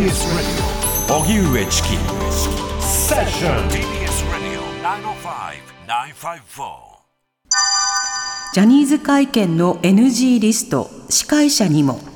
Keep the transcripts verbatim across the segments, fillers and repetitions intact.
ティーエス Radio 荻上チキセッション ティービーエス Radio きゅうまるご、きゅうごよん。 ジャニーズ会見の エヌジー リスト、司会者にも。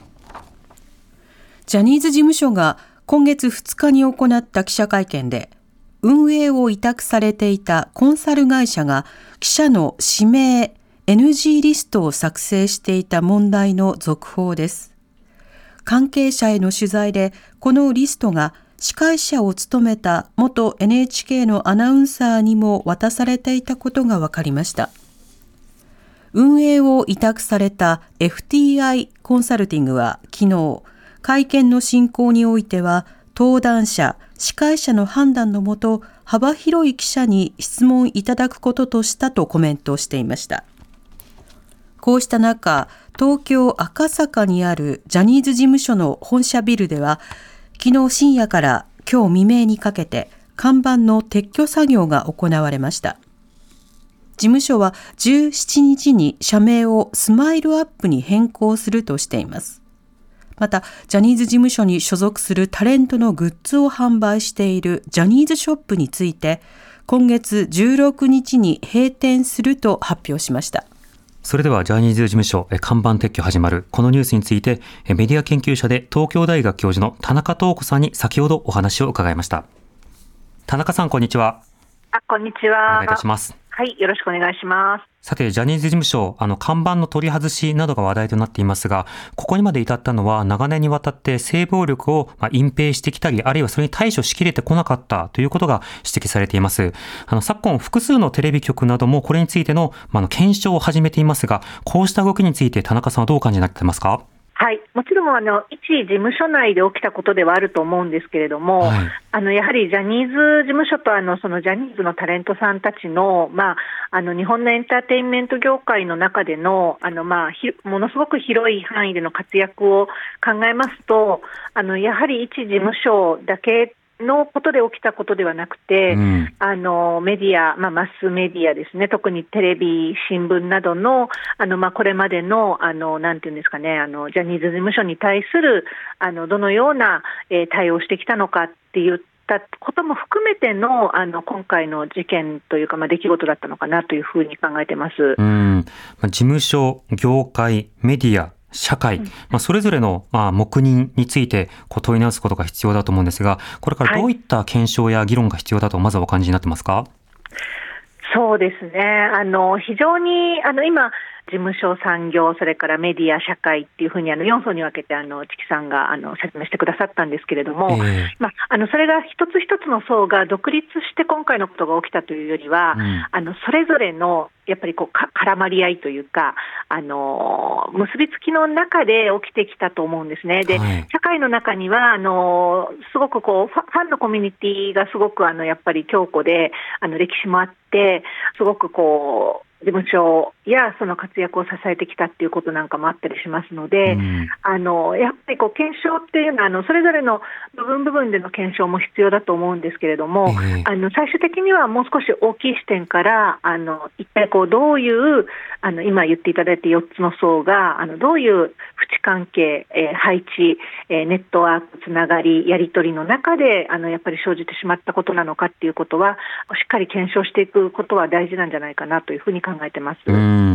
ジャニーズ事務所が今月ふつかに行った記者会見で、運営を委託されていたコンサル会社が記者の指名 エヌジー リストを作成していた問題の続報です。関係者への取材で、このリストが司会者を務めた元 エヌエイチケー のアナウンサーにも渡されていたことが分かりました。運営を委託された エフティーアイ コンサルティングは昨日、会見の進行においては、登壇者、司会者の判断のもと、幅広い記者に質問いただくこととしたとコメントしていました。こうした中、東京赤坂にあるジャニーズ事務所の本社ビルでは、昨日深夜から今日未明にかけて、看板の撤去作業が行われました。事務所はじゅうしちにちに社名をスマイルアップに変更するとしています。また、ジャニーズ事務所に所属するタレントのグッズを販売しているジャニーズショップについて、今月じゅうろくにちに閉店すると発表しました。 それではジャニーズ事務所看板撤去始まるこのニュースについて、メディア研究者で東京大学教授の田中東子さんに先ほどお話を伺いました。田中さん、こんにちは。 あ、こんにちは。 お願いいたします。 はい、よろしくお願いします。 さて、ジャニーズ事務所、あの看板の取り外しなどが話題となっていますが、ここにまで至ったのは長年にわたって性暴力をまあ隠蔽してきたり、あるいはそれに対処しきれてこなかったということが指摘されています。あの昨今複数のテレビ局などもこれについての、まあ、の検証を始めていますが、こうした動きについて田中さんはどう感じになっていますか？ はい、もちろんあの一事務所内で起きたことではあると思うんですけれども、はい、あのやはりジャニーズ事務所とあのそのジャニーズのタレントさんたちの、まあ、あの日本のエンターテインメント業界の中での、あの、まあ、ひものすごく広い範囲での活躍を考えますと、あのやはり一事務所だけのことで起きたことではなくて、うん、あのメディア、まあ、マスメディアですね、特にテレビ、新聞などの、あの、まあ、これまでの、あの、なんていうんですかね、あの、ジャニーズ事務所に対する、あの、どのような、えー、対応をしてきたのかっていったことも含めての、あの、今回の事件というか、まあ、出来事だったのかなというふうに考えてます。 うん、事務所、業界、メディア、社会、まあ、それぞれのまあ黙認についてこう問い直すことが必要だと思うんですが、これからどういった検証や議論が必要だとまずはお感じになってますか？はい、 そうですね、あの非常にあの今事務所、産業、それからメディア、社会っていうふうにあのよん層に分けてあのチキさんがあの説明してくださったんですけれども、えーまあ、あのそれが一つ一つの層が独立して今回のことが起きたというよりは、うん、あのそれぞれのやっぱりこうか絡まり合いというか、あの結びつきの中で起きてきたと思うんですね。で、はい、社会の中にはあのすごくこうファ、ファンのコミュニティがすごくあのやっぱり強固で、あの歴史もあって、すごくこう事務所やその活躍を支えてきたっていうことなんかもあったりしますので、うん、あのやっぱりこう検証っていうのはあのそれぞれの部分部分での検証も必要だと思うんですけれども、えー、あの最終的にはもう少し大きい視点からあの一体こうどういうあの今言っていただいたよっつの層があのどういう淵関係、えー、配置、えー、ネットワークつながりやり取りの中であのやっぱり生じてしまったことなのかっていうことはしっかり検証していくことは大事なんじゃないかなというふうに考えてます。 うん、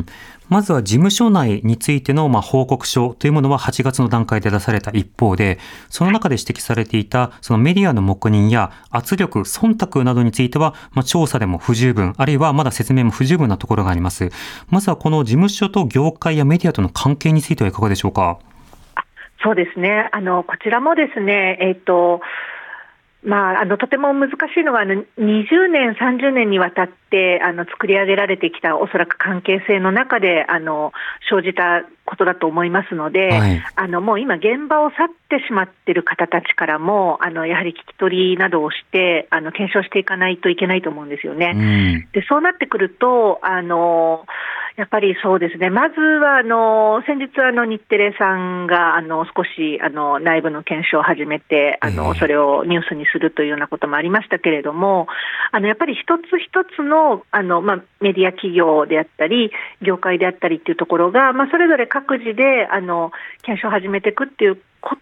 まずは事務所内についてのまあ報告書というものははちがつの段階で出された一方で、その中で指摘されていたそのメディアの黙認や圧力、忖度などについては、まあ、調査でも不十分、あるいはまだ説明も不十分なところがあります。まずはこの事務所と業界やメディアとの関係についてはいかがでしょうか？ そうですね、あのこちらもですね、えっとまあ、あのとても難しいのはあのにじゅうねんさんじゅうねんにわたってあの作り上げられてきたおそらく関係性の中であの生じたことだと思いますので、はい、あのもう今現場を去ってしまっている方たちからもあのやはり聞き取りなどをしてあの検証していかないといけないと思うんですよね。うん、でそうなってくるとあのやっぱりそうですね、まずはあの先日あの日テレさんがあの少しあの内部の検証を始めてあのそれをニュースにするというようなこともありましたけれども、あのやっぱり一つ一つの、あの、まあ、メディア企業であったり業界であったりっていうところが、まあ、それぞれ各自であの検証を始めていくっていうこと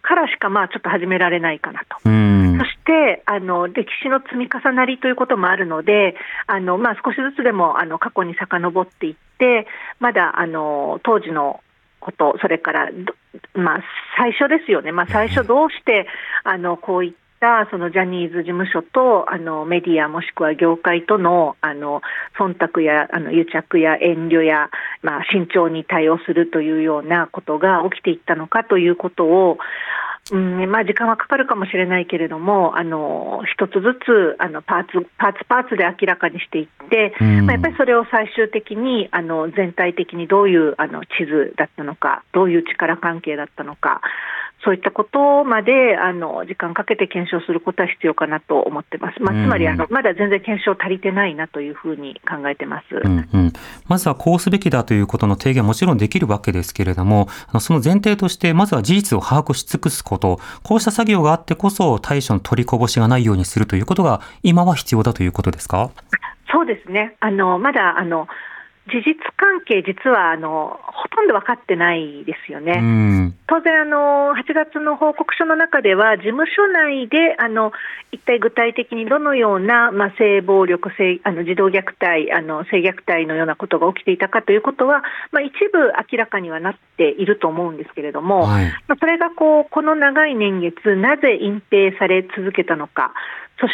からしかまあちょっと始められないかなと。 うんそしてあの歴史の積み重なりということもあるので、あの、まあ、少しずつでもあの過去に遡っていって、まだあの当時のこと、それから、まあ、最初ですよね、まあ、最初どうしてあのこういったそのジャニーズ事務所とあのメディアもしくは業界とのあの忖度やあの癒着や遠慮や、まあ、慎重に対応するというようなことが起きていったのかということを、うんまあ、時間はかかるかもしれないけれども、あの一つずつあのパーツパーツパーツで明らかにしていって、まあ、やっぱりそれを最終的にあの全体的にどういうあの地図だったのか、どういう力関係だったのか、そういったことまであの時間かけて検証することは必要かなと思ってます。まあ、つまりあのまだ全然検証足りてないなというふうに考えてます。 うんうん、まずはこうすべきだということの提言はもちろんできるわけですけれども、その前提としてまずは事実を把握し尽くすこと、こうした作業があってこそ対処の取りこぼしがないようにするということが今は必要だということですか？ そうですね。あのまだあの事実関係、実はあのほとんど分かってないですよね。 うん当然あのはちがつの報告書の中では事務所内であの一体具体的にどのような、まあ、性暴力、性あの児童虐待、あの性虐待のようなことが起きていたかということは、まあ、一部明らかにはなっていると思うんですけれども、 はいまあ、それがこうこの長い年月なぜ隠蔽され続けたのか、そして、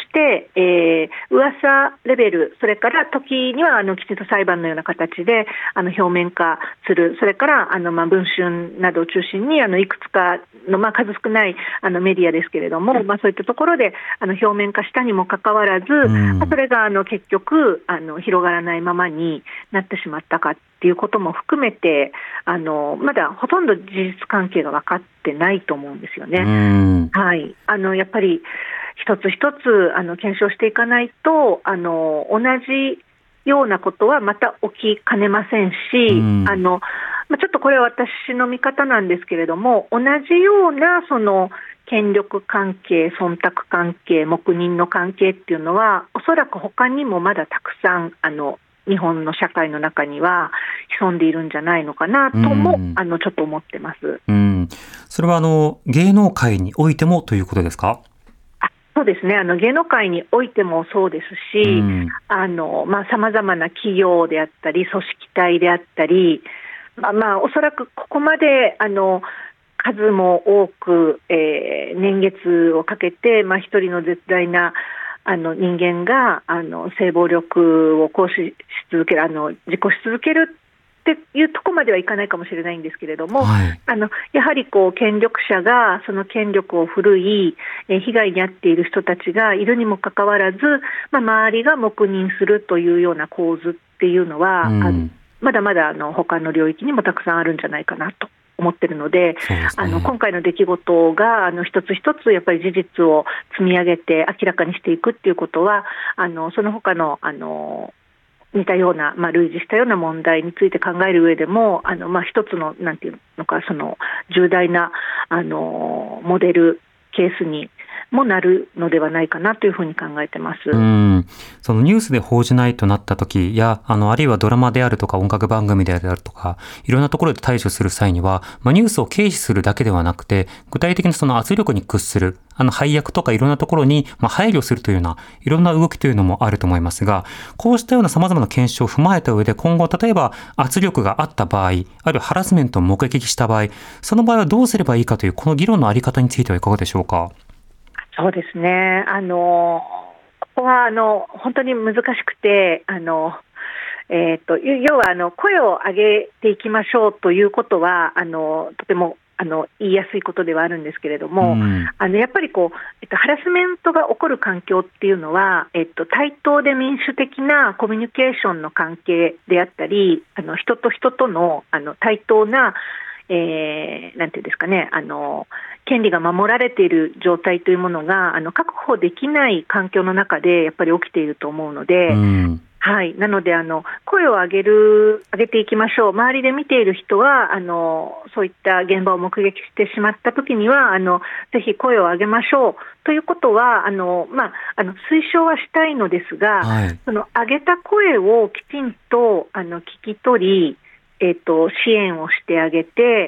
えー、噂レベル、それから時にはあのきちんと裁判のような形であの表面化する、それからあの、まあ、文春などを中心にあのいくつかの、まあ、数少ないあのメディアですけれども、まあ、そういったところであの表面化したにもかかわらず、 うんまあ、それがあの結局あの広がらないままになってしまったかっていうことも含めて、あのまだほとんど事実関係が分かってないと思うんですよね。 うんはい、あのやっぱり一つ一つあの検証していかないと、あの同じようなことはまた起きかねませんし、 うんあのまあ、ちょっとこれは私の見方なんですけれども、同じようなその権力関係、忖度関係、黙認の関係っていうのはおそらく他にもまだたくさんあの日本の社会の中には潜んでいるんじゃないのかなとも、うん、あのちょっと思ってます。 うん、それはあの芸能界においてもということですか？ そうですね、あの芸能界においてもそうですし、うん、あのまあ、様々な企業であったり組織体であったり、まあ、まあおそらくここまであの数も多く、えー、年月をかけて、まあ、一人の絶大なあの人間があの性暴力を行使し続ける、あの実行し続けるっていうところまではいかないかもしれないんですけれども、はい、あのやはりこう権力者がその権力を振るい、え被害に遭っている人たちがいるにもかかわらず、まあ、周りが黙認するというような構図っていうのは、うん、あのまだまだあの他の領域にもたくさんあるんじゃないかなと思ってるので、 そうですね、 あの今回の出来事があの一つ一つやっぱり事実を積み上げて明らかにしていくっていうことは、あのその他のあの似たような、まあ、類似したような問題について考える上でも、あの、まあ、一つのなんていうのか、その重大なあのモデルケースにもなるのではないかなというふうに考えてます。 うん、そのニュースで報じないとなった時や、あのあるいはドラマであるとか音楽番組であるとか、いろんなところで対処する際には、まあ、ニュースを軽視するだけではなくて、具体的にその圧力に屈する、あの配役とかいろんなところにまあ配慮するというようないろんな動きというのもあると思いますが、こうしたような様々な検証を踏まえた上で、今後例えば圧力があった場合、あるいはハラスメントを目撃した場合、その場合はどうすればいいかというこの議論のあり方についてはいかがでしょうか？ そうですね、あのここはあの本当に難しくて、あの、えー、と要はあの声を上げていきましょうということはあのとてもあの言いやすいことではあるんですけれども、うん、あのやっぱりこう、えっと、ハラスメントが起こる環境っていうのは、えっと、対等で民主的なコミュニケーションの関係であったり、あの人と人との、あの対等な、えー、なんていうんですかね、あの権利が守られている状態というものがあの確保できない環境の中でやっぱり起きていると思うので、うん、はい、なのであの声を上げる上げていきましょう。周りで見ている人はあのそういった現場を目撃してしまったときにはあのぜひ声を上げましょうということはあの、まあ、あの推奨はしたいのですが、はい、その上げた声をきちんとあの聞き取り、えーと、支援をしてあげて、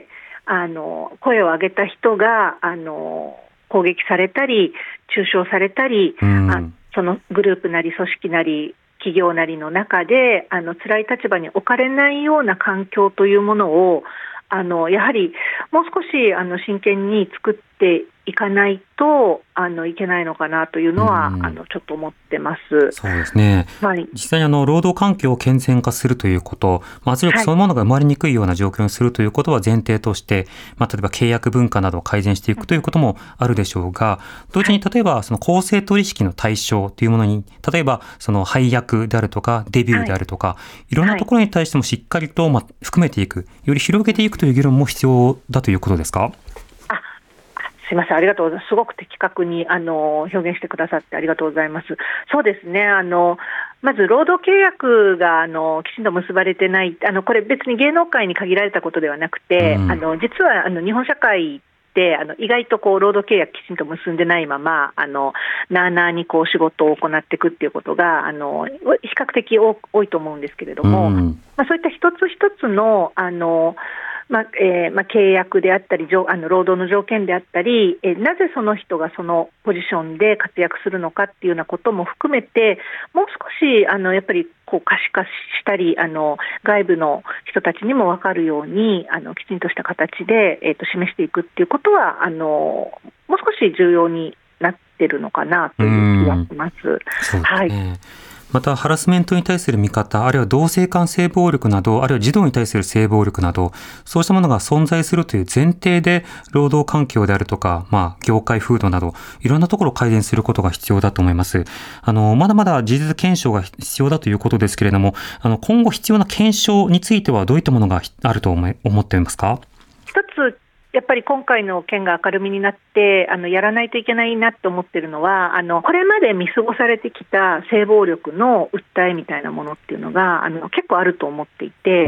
あの声を上げた人があの攻撃されたり中傷されたり、うん、あそのグループなり組織なり企業なりの中であの辛い立場に置かれないような環境というものをあのやはりもう少しあの真剣に作っていかないとあのいけないのかなというのは、うん、あのちょっと思ってます。 そうですね、はい、実際にあの労働環境を健全化するということ、まあ、圧力そのものが生まれにくいような状況にするということは前提として、まあ、例えば契約文化などを改善していくということもあるでしょうが、同時に例えばその公正取引の対象というものに例えばその配役であるとかデビューであるとか、はい、いろんなところに対してもしっかりとまあ含めていく、より広げていくという議論も必要だということですか？ すみません、ありがとうございます。すごく的確にあの表現してくださってありがとうございます。そうですね、あのまず労働契約があのきちんと結ばれてない、あのこれ別に芸能界に限られたことではなくて、うん、あの実はあの日本社会であの意外とこう労働契約きちんと結んでないままあのなあなあにこう仕事を行っていくっていうことがあの比較的多いと思うんですけれども、うん、まあ、そういった一つ一つのあのまあえーまあ、契約であったりあの労働の条件であったり、えー、なぜその人がそのポジションで活躍するのかっていうようなことも含めてもう少しあのやっぱりこう可視化したりあの外部の人たちにも分かるようにあのきちんとした形で、えー、と示していくっていうことはあのもう少し重要になってるのかなという気がします。 そうですね。はい、またハラスメントに対する見方、あるいは同性間性暴力など、あるいは児童に対する性暴力など、そうしたものが存在するという前提で労働環境であるとか、まあ業界風土などいろんなところを改善することが必要だと思います。あのまだまだ事実検証が必要だということですけれども、あの今後必要な検証についてはどういったものがあると思い思っていますか？ 一つやっぱり今回の件が明るみになってあのやらないといけないなと思っているのはあのこれまで見過ごされてきた性暴力の訴えみたいなものっていうのがあの結構あると思っていて、うん、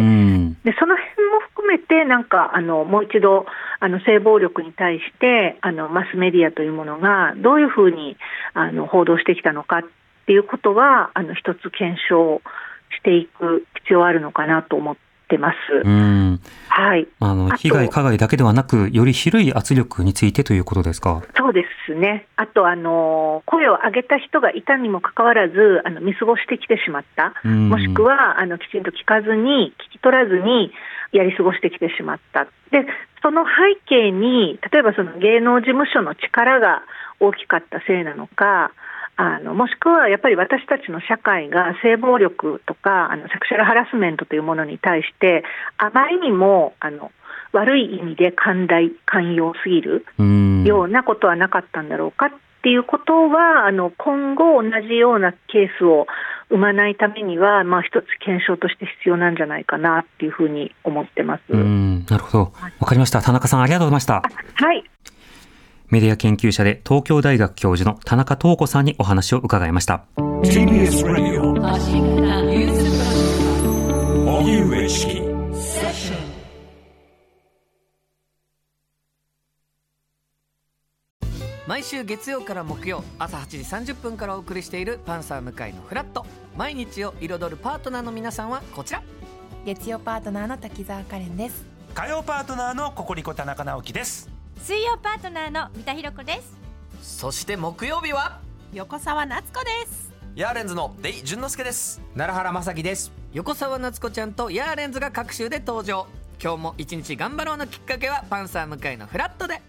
でその辺も含めてなんかあのもう一度あの性暴力に対してあのマスメディアというものがどういうふうにあの報道してきたのかっていうことはあの一つ検証していく必要あるのかなと思っててます。うん、はい、 あの被害加害だけではなくより広い圧力についてということですか？ そうですね。あとあの声を上げた人がいたにもかかわらずあの見過ごしてきてしまった、うん、もしくはあのきちんと聞かずに聞き取らずにやり過ごしてきてしまった。でその背景に例えばその芸能事務所の力が大きかったせいなのか、あのもしくはやっぱり私たちの社会が性暴力とかあのセクシャルハラスメントというものに対してあまりにもあの悪い意味で寛大寛容すぎるようなことはなかったんだろうかっていうことはあの今後同じようなケースを生まないためには、まあ、一つ検証として必要なんじゃないかなっていうふうに思ってます。 うん、なるほど、わかりました。田中さんありがとうございました。 はい、 メディア研究者で東京大学教授の田中東子さんにお話を伺いました。 ティービーエス Radio 荻上チキ毎週月曜から木曜朝はちじさんじゅっぷんからお送りしているパンサー向井のフラット。毎日を彩るパートナーの皆さんはこちら。 月曜パートナーの滝沢カレンです。 火曜パートナーのココリコ田中直樹です。 水曜パートナーの三田寛子です。 そして木曜日は横澤夏子です。 ヤーレンズのデイ淳之介です。 奈良原正樹です。 横澤夏子ちゃんとヤーレンズが各週で登場。今日も一日頑張ろうのきっかけはパンサー向井のフラットで。